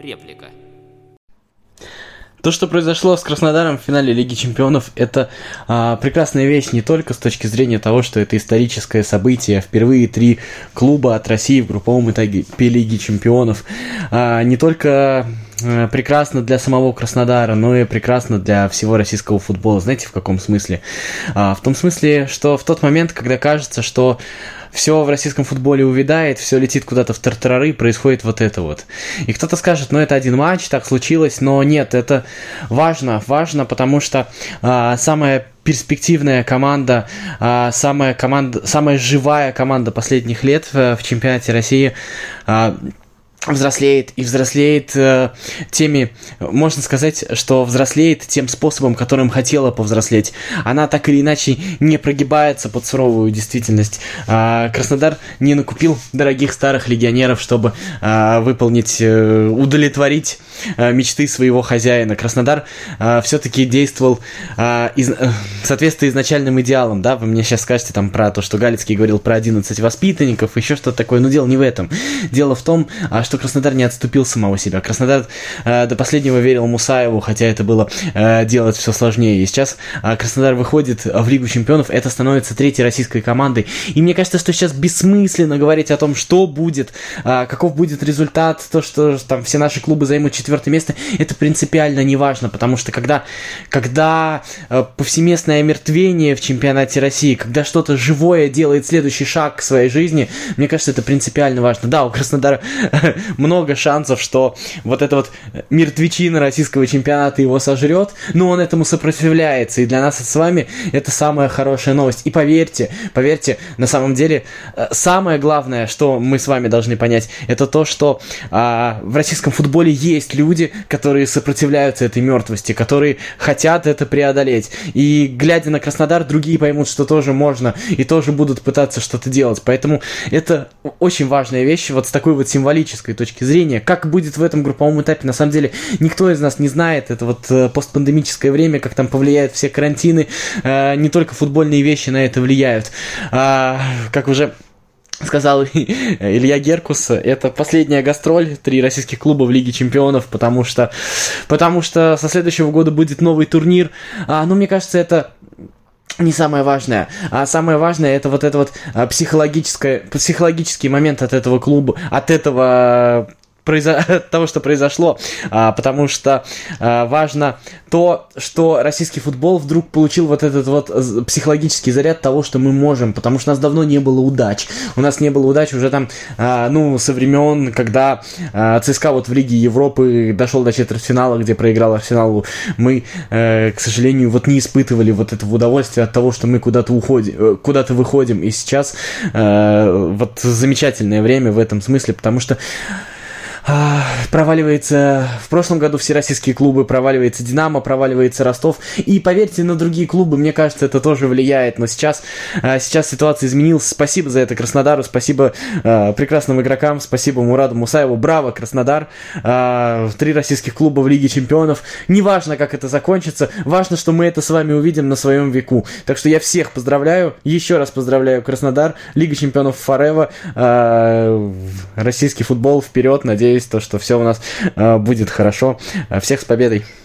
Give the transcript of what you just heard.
Реплика. То, что произошло с Краснодаром в финале Лиги Чемпионов, это прекрасная вещь не только с точки зрения того, что это историческое событие. Впервые 3 клуба от России в групповом этапе Лиги Чемпионов. Не только прекрасно для самого Краснодара, но и прекрасно для всего российского футбола. Знаете, в каком смысле? В том смысле, что в тот момент, когда кажется, что все в российском футболе увядает, все летит куда-то в тартарары, происходит вот это вот. И кто-то скажет, это один матч, так случилось, но нет, это важно, потому что самая перспективная команда, самая живая команда последних лет в чемпионате России взрослеет теми, можно сказать, что взрослеет тем способом, которым хотела повзрослеть. Она так или иначе не прогибается под суровую действительность. Краснодар не накупил дорогих старых легионеров, чтобы удовлетворить мечты своего хозяина. Краснодар все-таки действовал в соответствии с изначальным идеалом. Да? Вы мне сейчас скажете про то, что Галицкий говорил про 11 воспитанников, еще что-то такое, но дело не в этом. Дело в том, что Краснодар не отступил самого себя. Краснодар до последнего верил Мусаеву, хотя это было делать все сложнее. И сейчас Краснодар выходит в Лигу Чемпионов, это становится 3-й российской командой. И мне кажется, что сейчас бессмысленно говорить о том, что будет, каков будет результат, то, что все наши клубы займут 4-е место, это принципиально не важно, потому что когда повсеместное омертвение в чемпионате России, когда что-то живое делает следующий шаг к своей жизни, мне кажется, это принципиально важно. Да, у Краснодара много шансов, что вот эта вот мертвечина российского чемпионата его сожрет, но он этому сопротивляется, и для нас с вами это самая хорошая новость. И поверьте, на самом деле, самое главное, что мы с вами должны понять, это то, что в российском футболе есть люди, которые сопротивляются этой мертвости, которые хотят это преодолеть. И глядя на Краснодар, другие поймут, что тоже можно, и тоже будут пытаться что-то делать. Поэтому это очень важная вещь, вот с такой вот символической точки зрения. Как будет в этом групповом этапе, на самом деле, никто из нас не знает. Это вот постпандемическое время, как там повлияют все карантины, не только футбольные вещи на это влияют. Как уже сказал Илья Геркус, это последняя гастроль 3 российских клуба в Лиге Чемпионов, потому что со следующего года будет новый турнир. Мне кажется, это не самое важное. А самое важное это вот это вот психологический момент от этого клуба, от того, что произошло, потому что важно то, что российский футбол вдруг получил вот этот вот психологический заряд того, что мы можем, потому что у нас давно не было удач. У нас не было удач уже со времен, когда ЦСКА вот в Лиге Европы дошел до четвертьфинала, где проиграл Арсеналу. Мы, к сожалению, не испытывали вот этого удовольствия от того, что мы куда-то выходим. И сейчас замечательное время в этом смысле, потому что проваливается в прошлом году все российские клубы, проваливается Динамо, проваливается Ростов, и поверьте, на другие клубы, мне кажется, это тоже влияет, но сейчас ситуация изменилась. Спасибо за это Краснодару, спасибо прекрасным игрокам, спасибо Мураду Мусаеву, браво, Краснодар, 3 российских клуба в Лиге Чемпионов, неважно, как это закончится, важно, что мы это с вами увидим на своем веку, так что я всех поздравляю, еще раз поздравляю Краснодар, Лига Чемпионов forever, российский футбол вперед, надеюсь, что все у нас будет хорошо. Всех с победой!